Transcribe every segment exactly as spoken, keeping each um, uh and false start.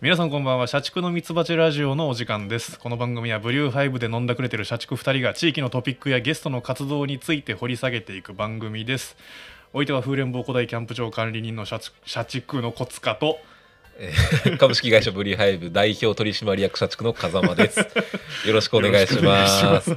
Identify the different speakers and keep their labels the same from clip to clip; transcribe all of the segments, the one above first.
Speaker 1: 皆さんこんばんは。社畜のミツバチラジオのお時間です。この番組はブリューファイブで飲んだくれてる社畜ふたりが地域のトピックやゲストの活動について掘り下げていく番組です。おいては風蓮坊古代キャンプ場管理人の社畜、社畜のコツカと、
Speaker 2: えー、株式会社ブリューハイブ代表取締役社畜の風間です。よろしくお願いします。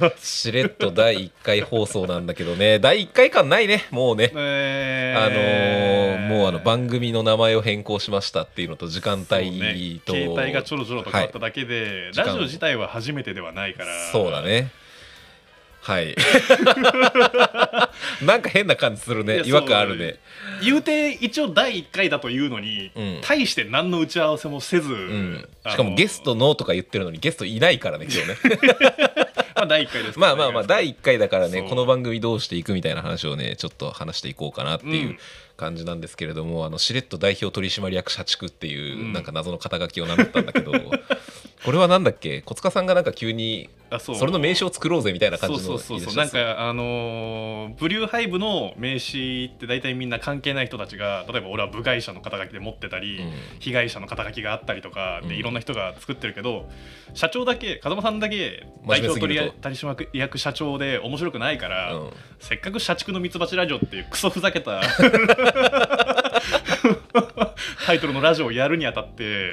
Speaker 2: しれっとだいいっかい放送なんだけどね、だいいっかい感ないね、もうね、えー、あのー、もうあの番組の名前を変更しましたっていうのと時間帯と、ね、
Speaker 1: 携帯がちょろちょろと変わっただけで、はい、ラジオ自体は初めてではないから。
Speaker 2: そうだね、はいなんか変な感じするね、違和感あるね。
Speaker 1: 言うて一応だいいっかいだというのに、うん、大して何の打ち合わせもせず、うん、
Speaker 2: しかもゲストのとか言ってるのにゲストいないからね今日ね
Speaker 1: まあだいいっかいです
Speaker 2: からね。まあまあまあだいいっかいだからね、この番組どうしていくみたいな話をねちょっと話していこうかなっていう感じなんですけれども、うん、あのしれっと代表取締役社畜っていう、うん、なんか謎の肩書きを名乗ったんだけどこれはなんだっけ、小塚さんがなんか急にそれの名刺を作ろうぜみたいな感じの。
Speaker 1: そうそうそうそう、なんかあのー、ブリューハイブの名刺って大体みんな関係ない人たちが、例えば俺は部外者の肩書きで持ってたり、うん、被害者の肩書きがあったりとかでいろんな人が作ってるけど、うん、社長だけ、風間さんだけ代表取締役社長で面白くないから、うん、せっかく社畜のミツバチラジオっていうクソふざけたタイトルのラジオをやるにあたって、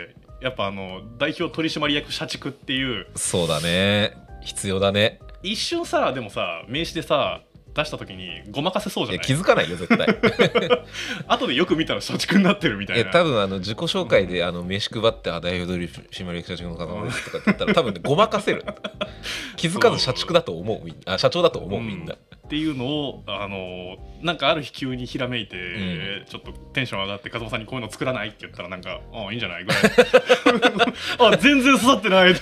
Speaker 1: やっぱあの代表取締役社畜っていう。
Speaker 2: そうだね、必要だね。
Speaker 1: 一瞬さ、でもさ名刺でさ出した時にごまかせそうじゃない？
Speaker 2: いや気づかないよ絶対
Speaker 1: 後でよく見たら社畜になってるみたいな。
Speaker 2: いや多分あの自己紹介であの名刺配って、あ代表取締役社畜の方ですとかって言ったら多分ねごまかせる気づかず社畜だと思う、みんなあ社長だと思う、みんな、うん、
Speaker 1: っていうのをあのなんかある日急にひらめいて、うん、ちょっとテンション上がって風間さんにこういうの作らないって言ったら、なんかあいいんじゃないぐらいあ全然刺さってない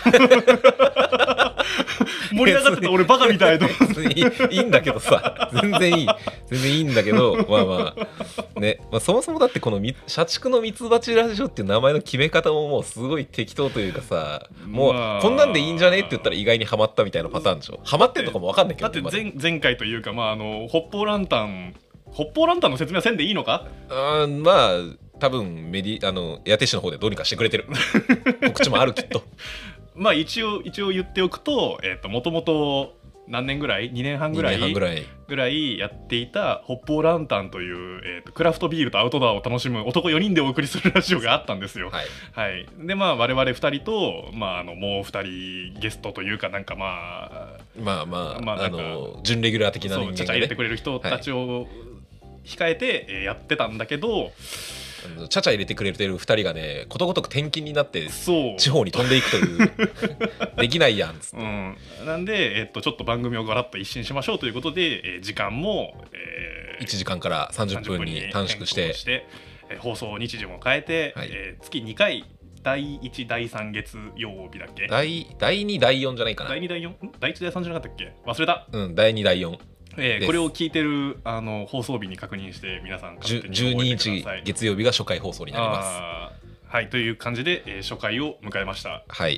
Speaker 1: 盛り上がってた俺バカみたいと
Speaker 2: いいんだけどさ、全然いい全然いいんだけど、まあまあね、まあ、そもそもだってこの社畜のミツバチラジオっていう名前の決め方ももうすごい適当というかさ、もうこんなんでいいんじゃねって言ったら意外にハマったみたいなパターンでしょ。ハマってんのかも分かんないけど、
Speaker 1: だって 前, 前回というか、まあ、あの北方ランタン北方ランタンの説明はせんでいいのか。
Speaker 2: あまあ多分メディあのエアテッシュの方でどうにかしてくれてる告知もあるきっと
Speaker 1: まあ一応一応言っておくと、えっともともと何年ぐらいにねんはんぐらい
Speaker 2: ぐらい
Speaker 1: ぐらいやっていた北方ランタンという、えー、とクラフトビールとアウトドアを楽しむ男よにんでお送りするラジオがあったんですよ。はい、はい、でまあ我々ふたりと、まあ、あのもうふたりゲストというか、なんかまあ
Speaker 2: まあまあ、まあ、あの準レギュラー的な人間がね、
Speaker 1: ちゃちゃ入れてくれる人たちを控えて、えー、やってたんだけど、
Speaker 2: ちゃちゃ入れてくれてるふたりがねことごとく転勤になって地方に飛んでいくというできないやんっつって、うん、
Speaker 1: なんで、えっと、ちょっと番組をガラッと一新しましょうということで、えー、時間も、
Speaker 2: えー、いちじかんからさんじゅっぷんに短縮して
Speaker 1: してえー、放送日時も変えて、はい、えー、月にかいだいいちだいさん月曜日だっけ、
Speaker 2: だいにだいよんじゃないかな、
Speaker 1: だいにだいよんだいいちだいさんじゃなかったっけ、忘れた。
Speaker 2: うんだいにだいよん、
Speaker 1: えー、これを聞いてるあの放送日に確認して皆さん勝手に
Speaker 2: じゅうににち月曜日が初回放送になります。
Speaker 1: はいという感じで、えー、初回を迎えました。
Speaker 2: はい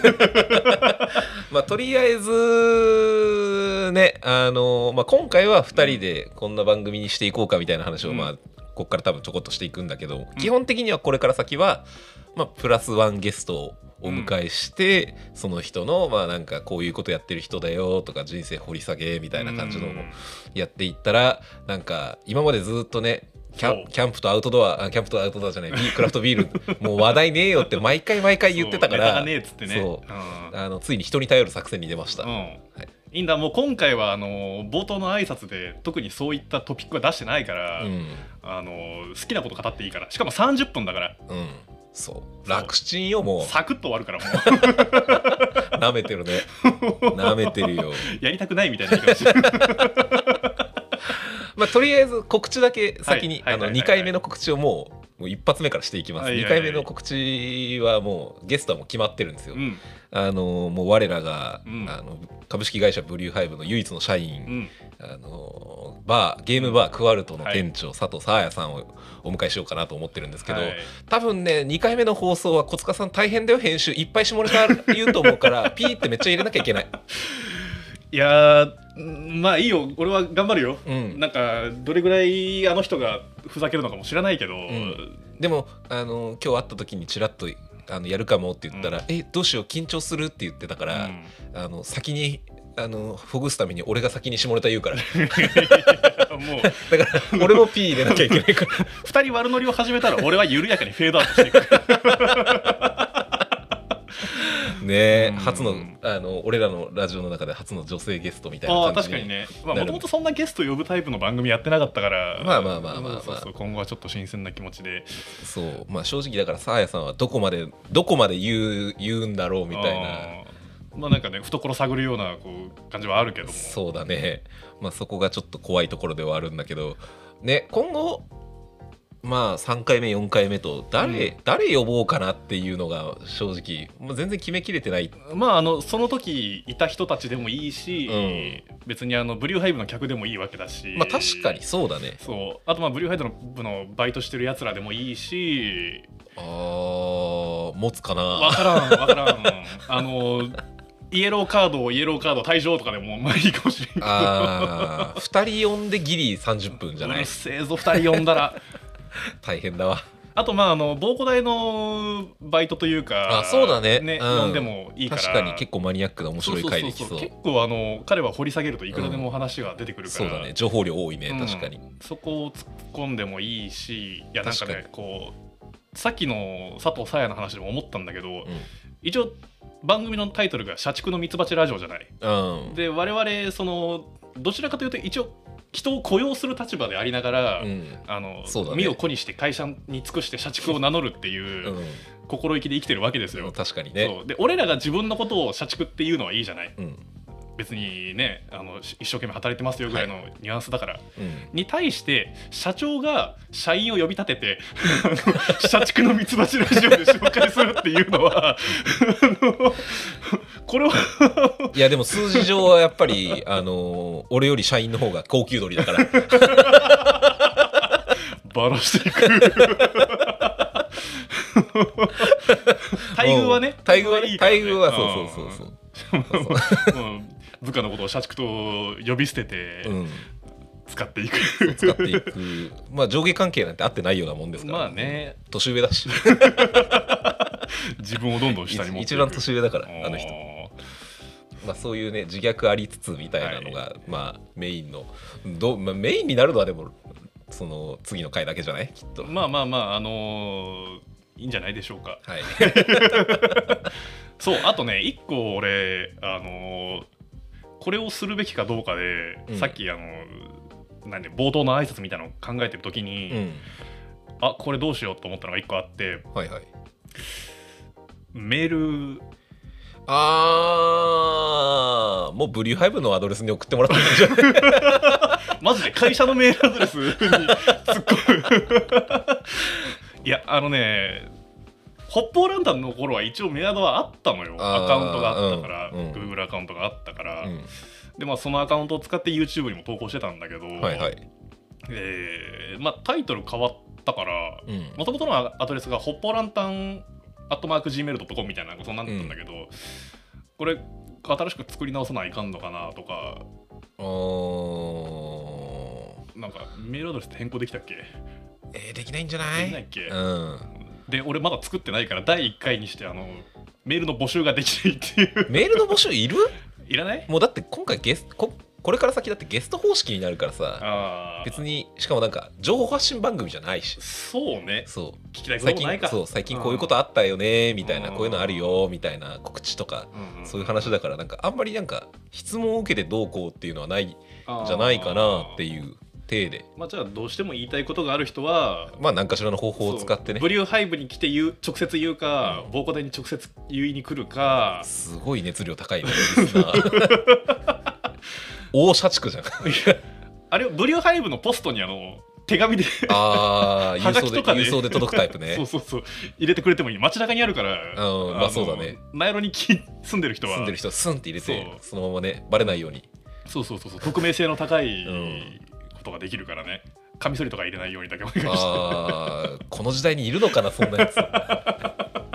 Speaker 2: まあとりあえずね、あの、まあ、今回はふたりでこんな番組にしていこうかみたいな話を、うん、まあここから多分ちょこっとしていくんだけど、うん、基本的にはこれから先は、まあ、プラスワンゲストをお迎えして、うん、その人のまあなんかこういうことやってる人だよとか人生掘り下げみたいな感じのをやっていったら、なんか今までずっとねキャン、キャンプとアウトドアあキャンプとアウトドアじゃないクラフトビールもう話題ねえよって毎回毎回言ってたから、あのついに人に頼る作戦に出ました。うん、はい、
Speaker 1: いいんだ、もう今回はあの冒頭の挨拶で特にそういったトピックは出してないから、うん、あの好きなこと語っていいから、しかもさんじゅっぷんだから、
Speaker 2: うん、そう楽ちんよ、もう
Speaker 1: サクッと終わるから、もう
Speaker 2: なめてるねなめてるよ
Speaker 1: やりたくないみたいな言い方してる
Speaker 2: まあ、とりあえず告知だけ先ににかいめの告知をもう、もう一発目からしていきます。はいはいはい、にかいめの告知はもうゲストはもう決まってるんですよ。うん、あのもう我らが、うん、あの株式会社ブリューハイブの唯一の社員、うん、あのバーゲームバークワルトの店長、はい、佐藤沙彩さんをお迎えしようかなと思ってるんですけど、はい、多分ねにかいめの放送は小塚さん大変だよ、編集いっぱい下ネタ言うと思うからピーってめっちゃ入れなきゃいけない。
Speaker 1: いやーまあいいよ、俺は頑張るよ、うん、なんかどれぐらいあの人がふざけるのかも知らないけど、うん、
Speaker 2: でもあの今日会った時にちらっとあのやるかもって言ったら、うん、えどうしよう緊張するって言ってたから、うん、あの先にあのほぐすために俺が先に下ネタ言うからもうだから俺も P 入れなきゃいけないから
Speaker 1: ふたり悪ノリを始めたら俺は緩やかにフェードアウトしていく
Speaker 2: ねえ、初のあの俺らのラジオの中で初の女性ゲストみたいな感じに。
Speaker 1: あ確かにね、もともとそんなゲスト呼ぶタイプの番組やってなかったから、
Speaker 2: まあまあまあまあ、まあ、
Speaker 1: そうそう今後はちょっと新鮮な気持ちで、
Speaker 2: そうまあ正直だからサーヤさんはどこまでどこまで言う言うんだろうみたいな、
Speaker 1: まあなんかね懐探るようなこう感じはあるけども、
Speaker 2: そうだね、まあそこがちょっと怖いところではあるんだけどね、今後まあさんかいめよんかいめと誰、うん、誰呼ぼうかなっていうのが正直もう全然決めきれてない。
Speaker 1: まああのその時いた人たちでもいいし、うん、別にあのブリューハイブの客でもいいわけだし、
Speaker 2: まあ確かにそうだね。
Speaker 1: そうあとまあブリューハイブのバイトしてるやつらでもいいし、
Speaker 2: あー持つかな
Speaker 1: 分からん分からんあのイエローカードイエローカード退場とかでもまあいいかもしれんけど、
Speaker 2: あふたり呼んでギリさんじゅっぷんじゃない。う
Speaker 1: るせえぞふたり呼んだら
Speaker 2: 大変だわ。
Speaker 1: あとまああの膀胱大のバイトというか、
Speaker 2: あそうだね、
Speaker 1: ね、
Speaker 2: うん、
Speaker 1: 呼んでもいいから
Speaker 2: 確かに結構マニアックな面白い回できそう。
Speaker 1: 結構あの彼は掘り下げるといくらでも話が出てくるから、
Speaker 2: うん、そうだね情報量多いね、うん、確かに
Speaker 1: そこを突っ込んでもいいし、いやなんかねこうさっきの佐藤沙耶の話でも思ったんだけど、うん、一応番組のタイトルが社畜のミツバチラジオじゃない、うん、で我々そのどちらかというと一応人を雇用する立場でありながら、うん、あのね、身を粉にして会社に尽くして社畜を名乗るっていう心意気で生きてるわけですよ、
Speaker 2: うん、確かにね。
Speaker 1: そうで俺らが自分のことを社畜っていうのはいいじゃない、うん、別にねあの一生懸命働いてますよぐらいのニュアンスだから、はいうん、に対して社長が社員を呼び立てて社畜のミツバチラジオで紹介するっていうのはあのこれはい
Speaker 2: やでも数字上はやっぱりあのー、俺より社員の方が高級鳥だから
Speaker 1: バラしていく待遇はね
Speaker 2: 待遇はね待遇はそうそうそう
Speaker 1: そううん、部下のことを社畜と呼び捨てて、うん、使っていく
Speaker 2: 使っていくまあ上下関係なんてあってないようなもんですから、
Speaker 1: まあね
Speaker 2: 年上だし
Speaker 1: 自分をどんどん下に持っていく
Speaker 2: 一番年上だからあの人。まあ、そういうね自虐ありつつみたいなのが、はい、まあメインのど、まあ、メインになるのはでもその次の回だけじゃないきっと。
Speaker 1: まあまあまああのー、いいんじゃないでしょうか。はいそうあとね一個俺あのー、これをするべきかどうかで、うん、さっきあのなんで冒頭の挨拶みたいなのを考えてる時に、うん、あこれどうしようと思ったのが一個あって、はいはい、メール
Speaker 2: あーもうブリューハイブのアドレスに送ってもらったんじゃない
Speaker 1: マジで会社のメールアドレスに突っ込むいやあのねホッポーランタンの頃は一応メアドはあったのよ。アカウントがあったから、うん、Google アカウントがあったから、うん、でまあそのアカウントを使って YouTube にも投稿してたんだけど、はいはい、えーまあ、タイトル変わったからもともとのアドレスがホッポーランタンアットマーク ジーメールドットコム みたいなことになったんだけど、うん、これ新しく作り直さないかんのかなとか、あなんかメールアドレスって変更できたっけ？
Speaker 2: えー、できないんじゃない？
Speaker 1: できないっけ？うん、で俺まだ作ってないからだいいっかいにしてあのメールの募集ができないっていう
Speaker 2: メールの募集いる？
Speaker 1: いらない？
Speaker 2: もうだって今回ゲスここれから先だってゲスト方式になるからさ、あ別にしかもなんか情報発信番組じゃないし、
Speaker 1: そうね、
Speaker 2: そう
Speaker 1: 聞きたいこともないか、
Speaker 2: そう最近こういうことあったよねみたいな、こういうのあるよみたいな告知とか、うんうん、そういう話だからなんかあんまりなんか質問を受けてどうこうっていうのはないんじゃないかなっていう体で、
Speaker 1: まあ、じゃあどうしても言いたいことがある人は
Speaker 2: まあ何かしらの方法を使ってね、
Speaker 1: ブリューハイブに来て言う直接言うか、うん、膀胱大に直接言いに来るか、
Speaker 2: すごい熱量高いねリスナー大社畜じゃん
Speaker 1: あれブリューハイブのポストにあの手紙で
Speaker 2: あ郵送で郵送で届くタイプね
Speaker 1: そうそうそう入れてくれてもいい、街中にあるから、
Speaker 2: うん、まあそうだね、
Speaker 1: 名寄に住んでる人は
Speaker 2: 住んでる人はスンって入れて そ, そのままねバレないように、
Speaker 1: そうそうそうそう匿名性の高いことができるからね、カミソリとか入れないようにだけお願いして、
Speaker 2: あこの時代にいるのかなそんなやつ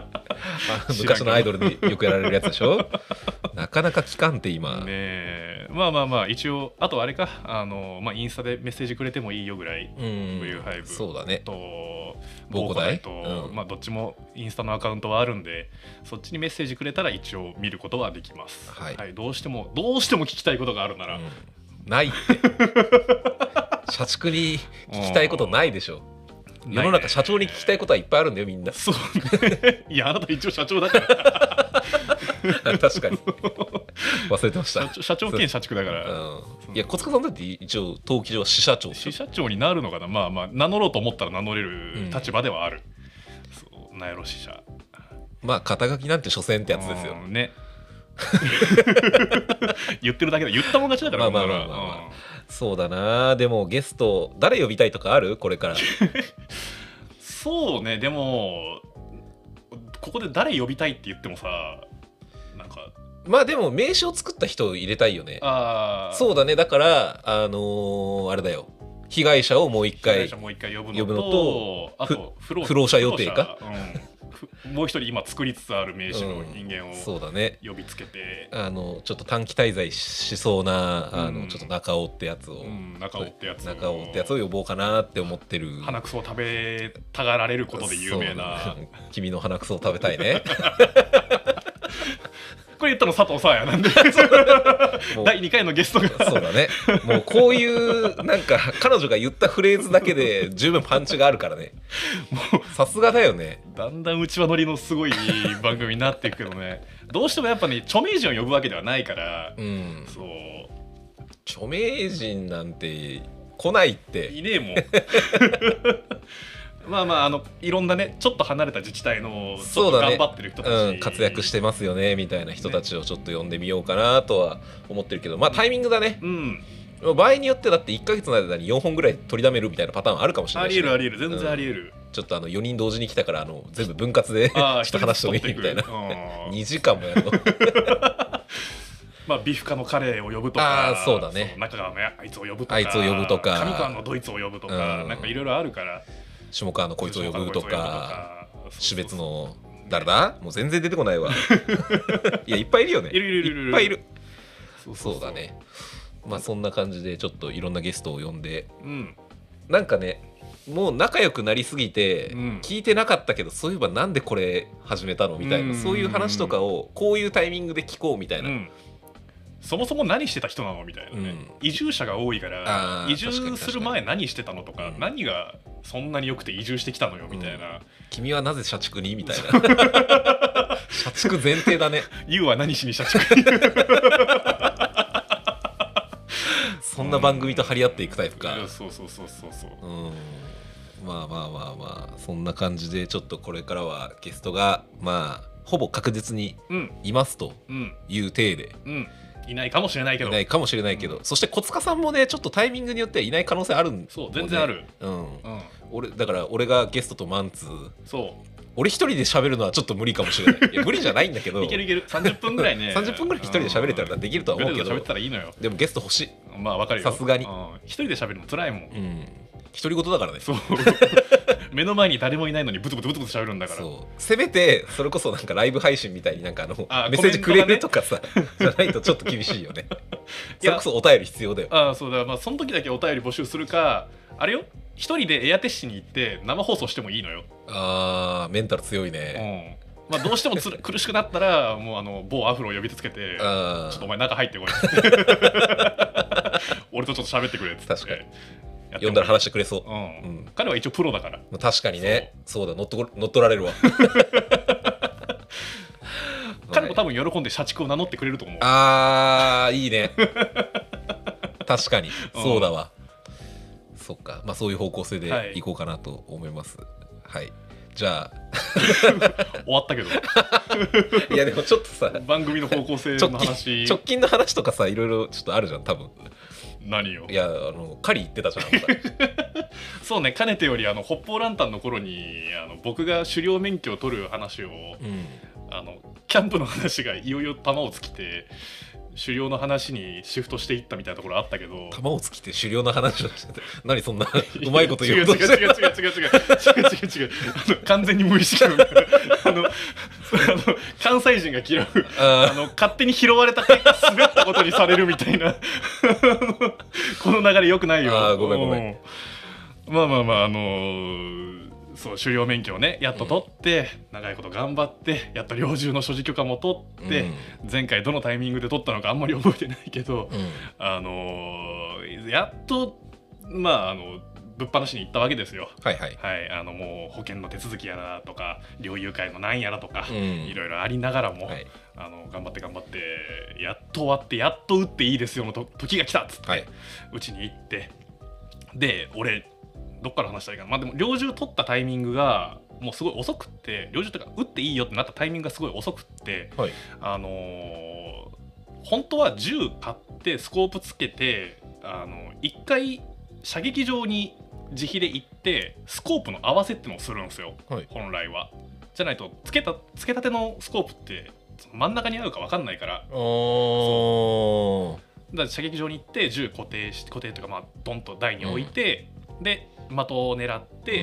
Speaker 2: 昔のアイドルでよくやられるやつでしょなかなか聞かんって今
Speaker 1: ねえ、 まあまあまあ一応あとあれかあの、まあ、インスタでメッセージくれてもいいよぐらい、
Speaker 2: うん、
Speaker 1: ブリューハイブ
Speaker 2: そうだね
Speaker 1: と
Speaker 2: ボーコダイ
Speaker 1: と、
Speaker 2: うん、
Speaker 1: まあ、どっちもインスタのアカウントはあるんでそっちにメッセージくれたら一応見ることはできます、
Speaker 2: はい
Speaker 1: はい、どうしてもどうしても聞きたいことがあるなら、
Speaker 2: うん、ないって社畜に聞きたいことないでしょ。世の中社長に聞きたいことはいっぱいあるんだよみんな。
Speaker 1: そうねいやあなた一応社長だから
Speaker 2: 確かに忘れてました
Speaker 1: 社長社長兼社畜だから、
Speaker 2: うん、いや小塚さんだって一応登記上は支社長
Speaker 1: 支社長になるのかな。まあまあ名乗ろうと思ったら名乗れる立場ではある、うん、そうなんやろ支社
Speaker 2: まあ肩書きなんて所詮ってやつですよ
Speaker 1: ね言ってるだけで言ったもん勝ちだから。
Speaker 2: まあまあまあまあ、まあ、そうだな。でもゲスト誰呼びたいとかあるこれから
Speaker 1: そうねでもここで誰呼びたいって言ってもさなんか
Speaker 2: まあでも名刺を作った人を入れたいよね。
Speaker 1: あ
Speaker 2: そうだね。だからあのー、あれだよ被害者をもう一回
Speaker 1: 呼ぶの と,
Speaker 2: 呼ぶのと
Speaker 1: あと不老
Speaker 2: 不老者予定か、
Speaker 1: うん、もう一人今作りつつある名刺の人間を、うん、
Speaker 2: そうだね
Speaker 1: 呼びつけて
Speaker 2: あのちょっと短期滞在しそうなあの、
Speaker 1: うん、
Speaker 2: ちょっと中尾ってやつを、
Speaker 1: うん、中尾ってやつを
Speaker 2: 中尾ってやつを呼ぼうかなって思ってる。
Speaker 1: 鼻くそを食べたがられることで有名な
Speaker 2: 君の鼻くそを食べたいね
Speaker 1: これ言ったの佐藤さんやなんでだいにかいのゲストが
Speaker 2: そうだねもうこういうなんか彼女が言ったフレーズだけで十分パンチがあるからねもうさすがだよね。
Speaker 1: だんだんうちわ乗りのすごい番組になっていくけどねどうしてもやっぱね著名人を呼ぶわけではないから、うん、そう
Speaker 2: 著名人なんて来ないって
Speaker 1: いねえもんまあまああのいろんなねちょっと離れた自治体のちょっと頑張ってる人たち、ねうん、
Speaker 2: 活躍してますよねみたいな人たちをちょっと呼んでみようかなとは思ってるけど、まあタイミングだね、うん、場合によってだっていっかげつの間によんほんぐらい取りだめるみたいなパターンあるかもしれないし、ね、
Speaker 1: ありえるありえる全然ありえる、
Speaker 2: うん、ちょっとあのよにん同時に来たからあの全部分割でちょっと話してもいいみたいなにじかんもやるの
Speaker 1: まあ、ビフカの彼を呼ぶとか
Speaker 2: あそうだね
Speaker 1: 中川のあいつを呼ぶとか
Speaker 2: あいつを呼ぶとか
Speaker 1: 上川のドイツを呼ぶとか、うん、なんかいろいろあるから
Speaker 2: 下川のこいつを呼ぶとか種別の誰だもう全然出てこないわいやいっぱいいるよね
Speaker 1: いるいるいるいる
Speaker 2: いっぱいいるそうそうそうそうだね。まあそんな感じでちょっといろんなゲストを呼んで、うん、なんかねもう仲良くなりすぎて、うん、聞いてなかったけどそういえばなんでこれ始めたのみたいな、うん、そういう話とかをこういうタイミングで聞こうみたいな、うん、
Speaker 1: そもそも何してた人なのみたいなね、うん、移住者が多いから移住する前何してたのとか、うん、何がそんなに良くて移住してきたのよみたいな、うん、
Speaker 2: 君はなぜ社畜にみたいな社畜前提だね
Speaker 1: ユウは何しに社畜に
Speaker 2: そんな番組と張り合っていくタイプか、
Speaker 1: うん、そうそうそうそうそう、うん、
Speaker 2: まあまあまあまあそんな感じでちょっとこれからはゲストがまあほぼ確実にいますという体で、
Speaker 1: うんうんいないかもしれないけど
Speaker 2: いないかもしれないけど、うん、そして小塚さんもねちょっとタイミングによってはいない可能性あるん、ね、
Speaker 1: そう全然ある、
Speaker 2: うんうん、俺だから俺がゲストとマンツー
Speaker 1: そう
Speaker 2: 俺一人で喋るのはちょっと無理かもしれないいや無理じゃないんだけど
Speaker 1: いけるいけるさんじゅっぷんぐらいね
Speaker 2: さんじゅっぷんぐらい一人で喋れたらできるとは思うけど
Speaker 1: 喋ったらいいのよ。
Speaker 2: でもゲスト欲しい
Speaker 1: まあわかるよ
Speaker 2: さすがに
Speaker 1: 一人で喋るの辛いもん、
Speaker 2: うん独り言だからね
Speaker 1: そう目の前に誰もいないのにブツブツブツブツ喋るんだから
Speaker 2: そうせめてそれこそなんかライブ配信みたいになんかあのあメッセージくれるとかさ、ね、じゃないとちょっと厳しいよねそれこそお便り必要だよ
Speaker 1: ああそうだまあその時だけお便り募集するかあれよ一人でエアテッシに行って生放送してもいいのよ。
Speaker 2: あーメンタル強いね、
Speaker 1: うんまあ、どうしてもつ苦しくなったらもうあの某アフロを呼びつけてちょっとお前中入ってこい俺とちょっと喋ってくれって
Speaker 2: 確かに呼んだら話してくれそう、うん
Speaker 1: うん、彼は一応プロだから
Speaker 2: 確かにねそうだ乗っと乗っ取られるわ
Speaker 1: 彼も多分喜んで社畜を名乗ってくれると思う。
Speaker 2: あーいいね確かにそうだわ、うん、そっかまあそういう方向性でいこうかなと思いますはい、はい、じゃあ
Speaker 1: 終わったけど
Speaker 2: いやでもちょっとさ
Speaker 1: 番組の方向性の話
Speaker 2: 直近の話とかさいろいろちょっとあるじゃん多分。
Speaker 1: 何よ
Speaker 2: いやあの狩り行ってたじゃん
Speaker 1: そうねかねてよりあの北方ランタンの頃にあの僕が狩猟免許を取る話を、うん、あのキャンプの話がいよいよ球を尽きて狩猟の話にシフトしていったみたいなところあったけど、
Speaker 2: 玉を尽きて狩猟の話をしてて何そんなうまいこと言うとして
Speaker 1: 違う違う違う違う違う違う違う違う違うあの完全に無意識のあのあの関西人が嫌うあの勝手に拾われた結果滑ったことにされるみたいなこの流れ良くないよ。
Speaker 2: あごめんごめん。
Speaker 1: まあまあまああのー、そう狩猟免許をねやっと取って、うん、長いこと頑張ってやっと猟銃の所持許可も取って、うん、前回どのタイミングで取ったのかあんまり覚えてないけど、うん、あのー、やっとまああのぶっ放しに行ったわけですよ。
Speaker 2: はいはい、
Speaker 1: はい、あのもう保険の手続きやらとか猟友会のなんやらとか、うん、いろいろありながらも、はい、あの頑張って頑張ってやっと終わってやっと打っていいですよのと時が来たっつってうち、はい、に行ってで俺どっから話したらいいかな、まあ、でも猟銃取ったタイミングがもうすごい遅くって猟銃とか打っていいよってなったタイミングがすごい遅くって、はい、あのー、本当は銃買ってスコープつけてあの一回射撃場に自費で行ってスコープの合わせってのをするんですよ、はい、本来は。じゃないとつけたつけたてのスコープって真ん中に合うか分かんないから、そうだから射撃場に行って銃固定し固定というかまあドンと台に置いて、うん、で的を狙って、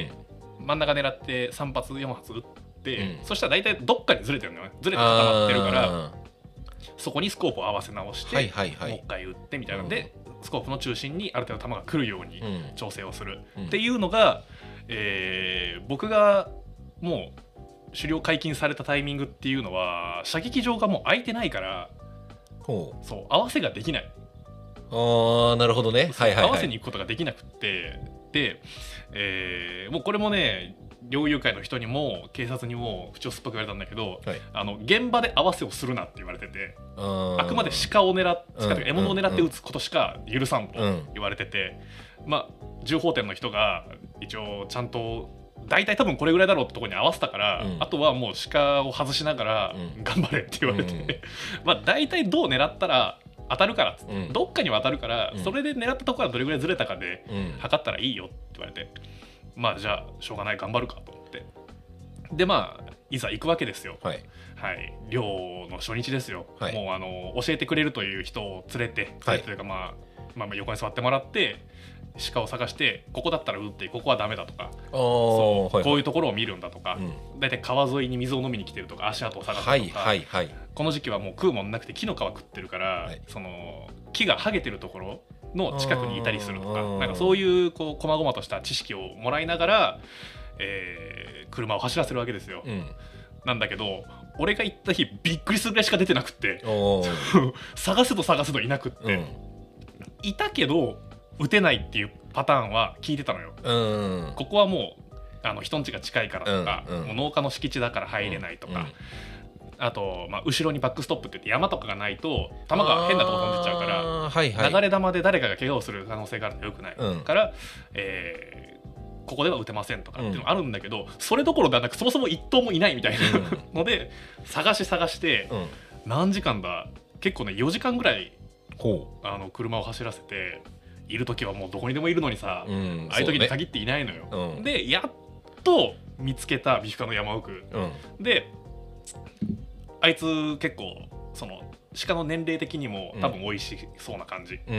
Speaker 1: うん、真ん中狙ってさん発よん発撃って、うん、そしたら大体どっかにずれてるんだよね。ずれて固まってるからそこにスコープを合わせ直して、はいはいはい、もう一回撃ってみたいなので、うん、スコープの中心にある程度弾が来るように調整をする、うん、っていうのが、えー、僕がもう狩猟解禁されたタイミングっていうのは射撃場がもう空いてないからほうそう合わせができない。
Speaker 2: あーなるほどね、はいはいはい、
Speaker 1: 合わせに行くことができなくってで、えー、もうこれもね猟友会の人にも警察にも口を酸っぱく言われたんだけど、はい、あの現場で合わせをするなって言われてて あ, あくまで鹿を狙って、うん、獲物を狙って撃つことしか許さんと言われてて、うん、まあ銃砲店の人が一応ちゃんと大体多分これぐらいだろうってところに合わせたから、うん、あとはもう鹿を外しながら頑張れって言われて、うん、まあ大体どう狙ったら当たるからっつって、うん、どっかには当たるから、うん、それで狙ったところからどれぐらいずれたかで測ったらいいよって言われて、まあじゃあしょうがない頑張るかと思ってでまあいざ行くわけですよ。はい、はい、漁の初日ですよ、はい、もうあの教えてくれるという人を連れて連れてというか、まあ、まあ横に座ってもらって鹿を探してここだったら撃ってここはダメだとかそう、はいはい、こういうところを見るんだとか、うん、だいたい川沿いに水を飲みに来てるとか足跡を探すとか、はいはいはい、この時期はもう食うもんなくて木の皮食ってるから、はい、その木が剥げてるところの近くにいたりするとかなんかそういうこう細々とした知識をもらいながら、えー、車を走らせるわけですよ、うん、なんだけど俺が行った日びっくりするぐらいしか出てなくって探すと探すといなくって、うん、いたけど撃てないっていうパターンは聞いてたのよ、うん、ここはもうあの人ん家が近いからとか、うんうん、もう農家の敷地だから入れないとか、うんうん、あと、まあ、後ろにバックストップって言って山とかがないと球が変なとこ飛んでっちゃうから、はいはい、流れ弾で誰かが怪我をする可能性があるとよくない、うん、から、えー、ここでは撃てませんとかっていうのがあるんだけど、うん、それどころではなくそもそも一頭もいないみたいな、うん、ので探し探して、うん、何時間だ結構ねよじかんぐらいあの車を走らせている時はもうどこにでもいるのにさ、うん、ああいう時に限っていないのよ、うん、でやっと見つけたビフカの山奥、うん、であいつ結構その鹿の年齢的にも多分美味しそうな感じ、うんうん、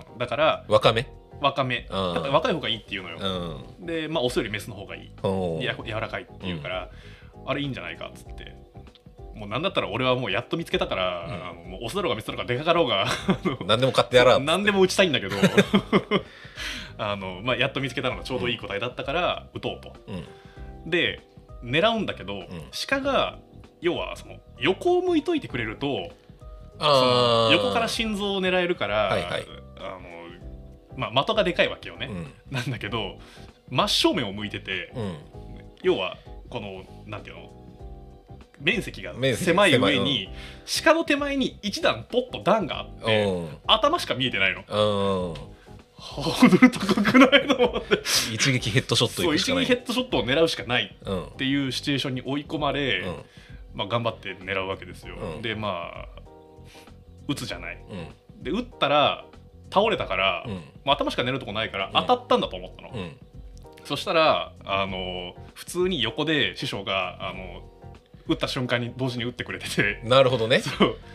Speaker 1: だから
Speaker 2: 若め
Speaker 1: 若めだから若い方がいいっていうのよ、うん、でまあオスよりメスの方がいいや柔らかいっていうから、うん、あれいいんじゃないかっつってもうなんだったら俺はもうやっと見つけたから、うん、あのもうオスだろうがメスだろうがでかかろうが
Speaker 2: 何でも買ってやら
Speaker 1: ん何でも打ちたいんだけどあの、まあ、やっと見つけたのがちょうどいい答えだったから撃とうと、うん、で狙うんだけど、うん、鹿が要はその横を向いといてくれるとその横から心臓を狙えるから、はいはい、あのまあ、的がでかいわけよね、うん、なんだけど真正面を向いてて、うん、要はこのなんていうの面積が狭い上に、うん、鹿の手前に一段ポッと段があって、うん、頭しか見えてないの、うん、ハードル高くないのって
Speaker 2: 一撃ヘッドショット
Speaker 1: そう一撃ヘッドショットを狙うしかないっていうシチュエーションに追い込まれ、うんまあ、頑張って狙うわけですよ、うん、でまあ撃つじゃない、うん、で撃ったら倒れたから、うんまあ、頭しか寝るとこないから当たったんだと思ったの、うん、そしたらあの普通に横で師匠があの撃った瞬間に同時に撃ってくれてて
Speaker 2: なるほどね
Speaker 1: そう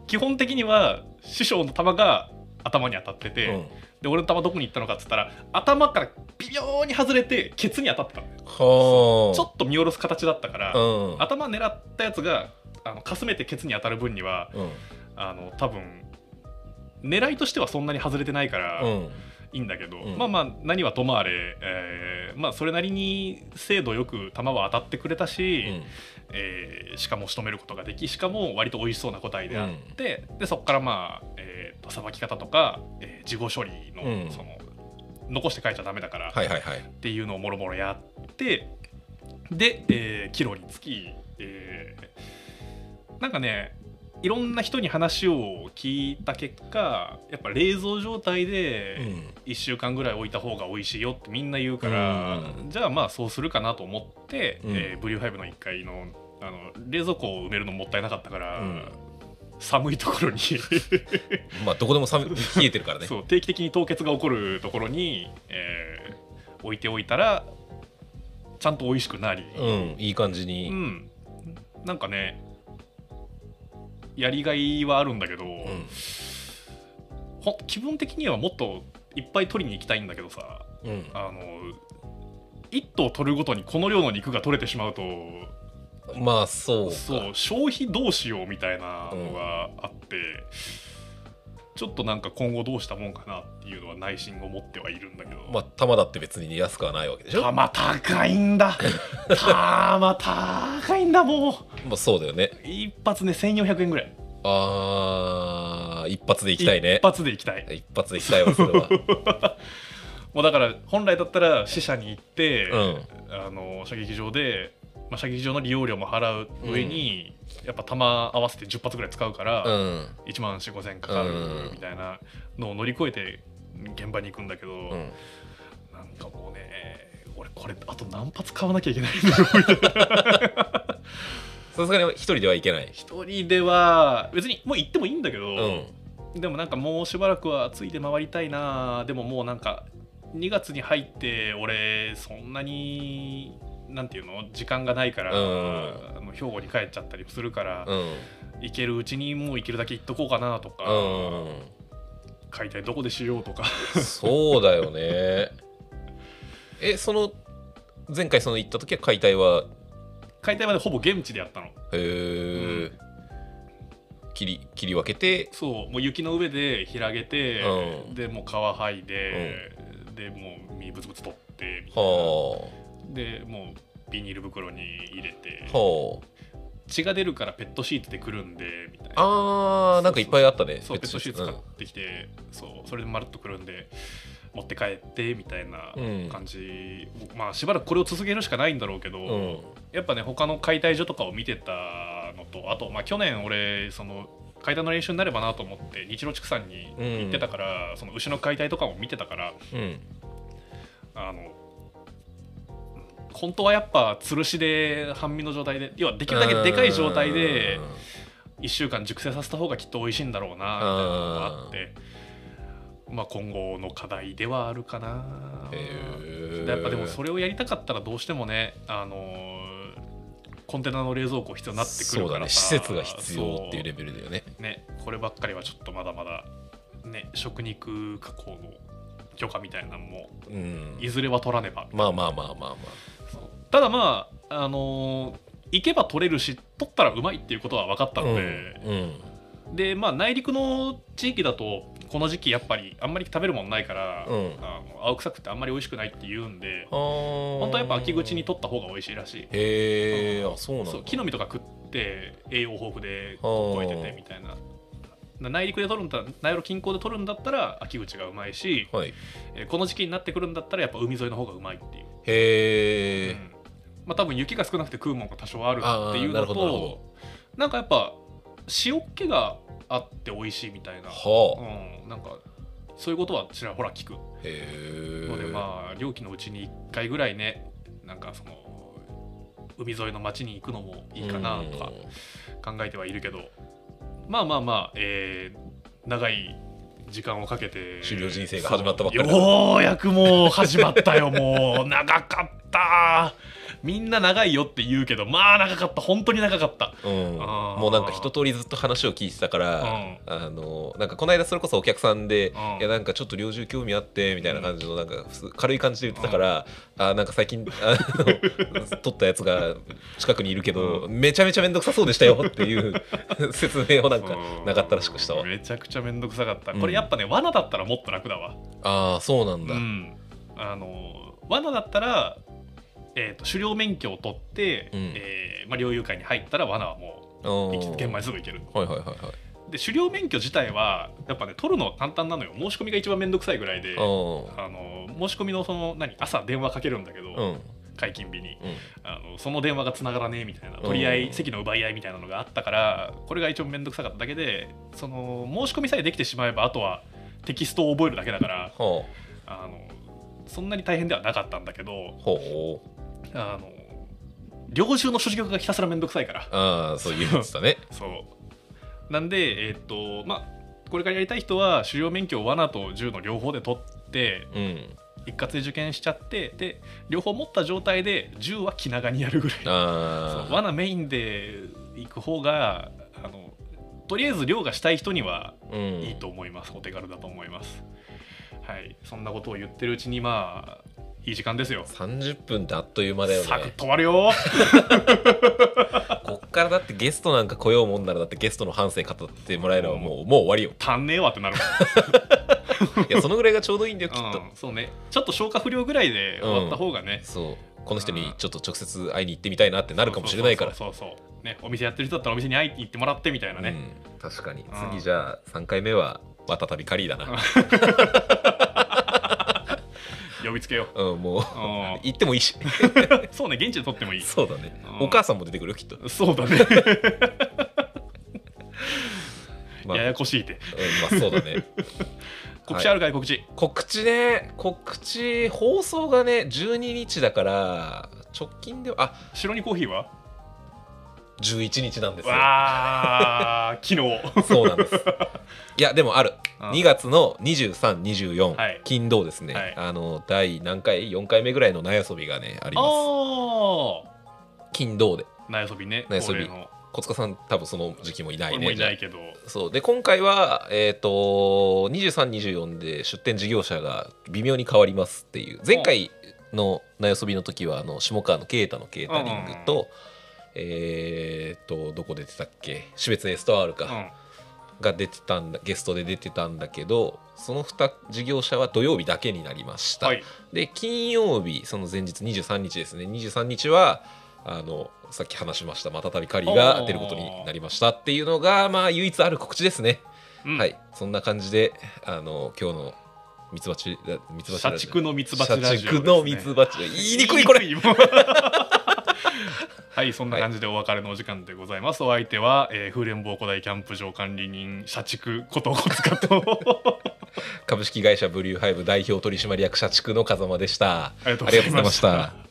Speaker 1: 基本的には師匠の球が頭に当たってて、うん、で俺の球どこに行ったのかっつったら頭から微妙に外れてケツに当たってたのよ。はちょっと見下ろす形だったから、うん、頭狙ったやつがあのかすめてケツに当たる分には、うん、あの多分狙いとしてはそんなに外れてないから、うん、いいんだけど、うん、まあまあ何はともあれ、えー、まあそれなりに精度よく球は当たってくれたし、うんえー、しかも仕留めることができ、しかも割と美味しそうな個体であって、うん、でそこからまあ、えー、とさばき方とか、えー、事後処理の、うん、その残して帰っちゃダメだから、はいはいはい、っていうのをもろもろやってで、えー、キロにつき、えー、なんかねいろんな人に話を聞いた結果やっぱ冷蔵状態でいっしゅうかんぐらい置いた方が美味しいよってみんな言うから、うん、じゃあまあそうするかなと思って、うんえー、ブリューハイブのいっかい の, あの冷蔵庫を埋めるのもったいなかったから、うん、寒いところに
Speaker 2: まあどこでも寒冷えてるからね
Speaker 1: そう定期的に凍結が起こるところに、えー、置いておいたらちゃんと美味しくなり、
Speaker 2: うん、いい感じに、
Speaker 1: うん、なんかねやりがいはあるんだけど、うん、ほ気分的にはもっといっぱい取りに行きたいんだけどさ、うん、あのいっ頭取るごとにこの量の肉が取れてしまうと
Speaker 2: まあそう
Speaker 1: そう消費どうしようみたいなのがあって、うん、ちょっとなんか今後どうしたもんかなっていうのは内心思ってはいるんだけど、
Speaker 2: まあ玉だって別に安くはないわけでしょ。
Speaker 1: 玉高いんだ玉高いんだもう
Speaker 2: まあそうだよね。
Speaker 1: 一発ねせんよんひゃくえんぐらい。
Speaker 2: あー一発で行きたいね。
Speaker 1: 一発で行きたい
Speaker 2: 一発で行きたいわそれは
Speaker 1: もうだから本来だったら支社に行って、うん、あの射撃場で、まあ、射撃場の利用料も払う上に、うん、やっぱ弾合わせてじゅっ発ぐらい使うから、うん、いちまんよんせんごせんかかるみたいなのを乗り越えて現場に行くんだけど、うん、なんかもうね俺これあと何発買わなきゃいけないんだろうみたいな
Speaker 2: さすがに一人ではいけない。
Speaker 1: 一人では別にもう行ってもいいんだけど、うん、でもなんかもうしばらくはついて回りたいな。でももうなんかにがつに入って俺そんなになんていうの時間がないから、うん、あの兵庫に帰っちゃったりするから、うん、行けるうちにもう行けるだけ行っとこうかなとか、うん、解体どこでしようとか
Speaker 2: そうだよねえその前回その行った時は解体は
Speaker 1: 解体までほぼ現地でやったの。へ
Speaker 2: え、うん、切り切り分けて
Speaker 1: そうもう雪の上で平げて、うん、でもう皮剥いで、うん、でもう身ブツブツ取ってみたいな、はあ、でもうビニール袋に入れて、はあ、血が出るからペットシーツでくるんでみたいな。
Speaker 2: あーなんかいっぱいあったね。
Speaker 1: そうペットシーツ買ってきて、うん、そうそれでまるっとくるんで持って帰ってみたいな感じ、うん、まあしばらくこれを続けるしかないんだろうけど、うん、やっぱね他の解体所とかを見てたのとあとまあ去年俺その解体の練習になればなと思って日露畜産に行ってたから、うん、その牛の解体とかも見てたから、うん、あの本当はやっぱ吊るしで半身の状態で要はできるだけでかい状態でいっしゅうかん熟成させた方がきっと美味しいんだろうなみたいなのがあって、まあ、今後の課題ではあるかな。へやっぱでもそれをやりたかったらどうしてもね、あのー、コンテナの冷蔵庫必要になってくるからさ、
Speaker 2: そうだね、施設が必要っていうレベルだよね。
Speaker 1: ねこればっかりはちょっとまだまだ、ね、食肉加工の許可みたいなのも、うん、いずれは取らねば。
Speaker 2: まあまあまあまあまあ。
Speaker 1: ただまああのー、行けば取れるし取ったらうまいっていうことは分かったので、うんうん、でまあ内陸の地域だとこの時期やっぱりあんまり食べるもんないから、うん、あの青臭くてあんまり美味しくないって言うんで、本当はやっぱ秋口に取った方が美味しいらしい。
Speaker 2: へえ、あそうなんだ。
Speaker 1: そう木の実とか食って栄養豊富で超えててみたいな。内陸で取るんだ内陸近郊で取るんだったら秋口がうまいし、はい、えー、この時期になってくるんだったらやっぱ海沿いの方がうまいっていう。へえ、うん、まあ多分雪が少なくて食うもんが多少あるっていうのと、なんかやっぱ塩っ気があって美味しいみたいな、はあ、うん、なんかそういうことはちらほら聞く。へのでまあ漁期のうちにいっかいぐらいね、なんかその海沿いの町に行くのもいいかなとか考えてはいるけど、まあまあまあ、えー、長い時間をかけて
Speaker 2: 狩猟人生が始まったばっかりだ。
Speaker 1: ようやくもう始まったよもう長かったみんな長いよって言うけど、まあ長かった、本当に長かった、
Speaker 2: うん、
Speaker 1: あー
Speaker 2: もうなんか一通りずっと話を聞いてたから、
Speaker 1: うん
Speaker 2: あのなんかこの間それこそお客さんで、
Speaker 1: うん
Speaker 2: いやなんかちょっと猟銃興味あってみたいな感じのなんか普通軽い感じで言ってたから、あなんか最近あの撮ったやつが近くにいるけど、
Speaker 1: う
Speaker 2: めちゃめちゃめんどくさそうでしたよっていう説明をなんかなかったらしくしたわ。
Speaker 1: めちゃくちゃめんどくさかった、
Speaker 2: うん
Speaker 1: これやっぱね罠だったらもっと楽だわ。
Speaker 2: ああそうなんだ、
Speaker 1: うんあの罠だったら、えーと狩猟免許を取って、
Speaker 2: うん
Speaker 1: えーまあ、猟友会に入ったら罠はもう
Speaker 2: あー
Speaker 1: 行き現場にすぐ行ける。
Speaker 2: はいはいはいはい
Speaker 1: で狩猟免許自体はやっぱね取るの簡単なのよ。申し込みが一番めんどくさいぐらいで、
Speaker 2: あー
Speaker 1: あの申し込みのその何朝電話かけるんだけど、
Speaker 2: うん
Speaker 1: 解禁日に
Speaker 2: うん
Speaker 1: あのその電話がつながらねえみたいな取り合い、
Speaker 2: うん
Speaker 1: 席の奪い合いみたいなのがあったから、これが一番めんどくさかっただけで、その申し込みさえできてしまえばあとはテキストを覚えるだけだから、
Speaker 2: は
Speaker 1: あのそんなに大変ではなかったんだけど、
Speaker 2: あほう
Speaker 1: あの猟銃の所持力がひたすらめんどくさいから。
Speaker 2: ああそういうやつだね
Speaker 1: そうなんで、えーっとまあこれからやりたい人は狩猟免許を罠と銃の両方で取って
Speaker 2: うん
Speaker 1: 一括で受験しちゃって、で両方持った状態で銃は気長にやるぐらい、
Speaker 2: あ
Speaker 1: そう罠メインで行く方があのとりあえず猟がしたい人には
Speaker 2: あ、うん、
Speaker 1: いいと思います。お手軽だと思います。はい、そんなことを言ってるうちにまあいい時間ですよ。
Speaker 2: さんじゅっぷんってあっという間だよね。
Speaker 1: サクッと終わるよ
Speaker 2: こっからだってゲストなんか来ようもんならだってゲストの反省語ってもらえればもうもう終わりよ。
Speaker 1: 足んねえわってなるもん
Speaker 2: いやそのぐらいがちょうどいいんだよきっと、
Speaker 1: うん、そうね、ちょっと消化不良ぐらいで終わった方がね、
Speaker 2: そうこの人にちょっと直接会いに行ってみたいなってなるかもしれないから。
Speaker 1: そうそうそうそうね、お店やってる人だったらお店に会いに行ってもらってみたいなね、
Speaker 2: うん、確かに
Speaker 1: うん
Speaker 2: 次じゃあさんかいめはまたたびカリーだな。
Speaker 1: 呼びつけよう、
Speaker 2: うん、もう
Speaker 1: うん
Speaker 2: 行ってもいいし
Speaker 1: そうね、現地で撮ってもいい。
Speaker 2: そうだね、
Speaker 1: うん
Speaker 2: お母さんも出てくるよきっと、
Speaker 1: そうだね
Speaker 2: まあ
Speaker 1: ややこしいって。
Speaker 2: うん、まあそうだね
Speaker 1: 告知あるかい、告知。
Speaker 2: 告知ね告知放送がねじゅうににちだから直近ではあ
Speaker 1: 白にコーヒーは
Speaker 2: じゅういちにちなんですよ。
Speaker 1: わー昨日
Speaker 2: そうなんですいやでもある
Speaker 1: うん
Speaker 2: にがつのにじゅうさん、にじゅうよん、
Speaker 1: はい
Speaker 2: 金土ですね、
Speaker 1: はい
Speaker 2: あの第何回よんかいめぐらいの苗遊びがねあります。
Speaker 1: あ
Speaker 2: 金土で
Speaker 1: あ苗遊びね、
Speaker 2: 苗遊び
Speaker 1: 恒例の。
Speaker 2: 小塚さん多分その時期もいない
Speaker 1: 俺
Speaker 2: ね。
Speaker 1: もいないけど、
Speaker 2: そうで今回は、えー、とにじゅうさん、にじゅうよんで出店事業者が微妙に変わりますっていう前回の苗遊びの時はあの下川のケータのケータリングと、えー、とどこ出てたっけ標別エストアールか、
Speaker 1: うん
Speaker 2: が出てたんだゲストで出てたんだけどそのに事業者は土曜日だけになりました、
Speaker 1: はい、
Speaker 2: で金曜日その前日にじゅうさんにちですねにじゅうさんにちはあのさっき話しましたまたたびカリーが出ることになりましたっていうのがまあ唯一ある告知ですね、
Speaker 1: うん
Speaker 2: はいそんな感じであの今日のミツバチミツバチ
Speaker 1: 社畜のミツバチラジオですね。
Speaker 2: 社畜のミツバチ言いにくいこれ
Speaker 1: 言いにくいもうはい、そんな感じでお別れのお時間でございます。お相手は、えー、風蓮坊古代キャンプ場管理人社畜こと小塚と
Speaker 2: 株式会社ブリューハイブ代表取締役社畜の風間でした。
Speaker 1: ありがとうございました。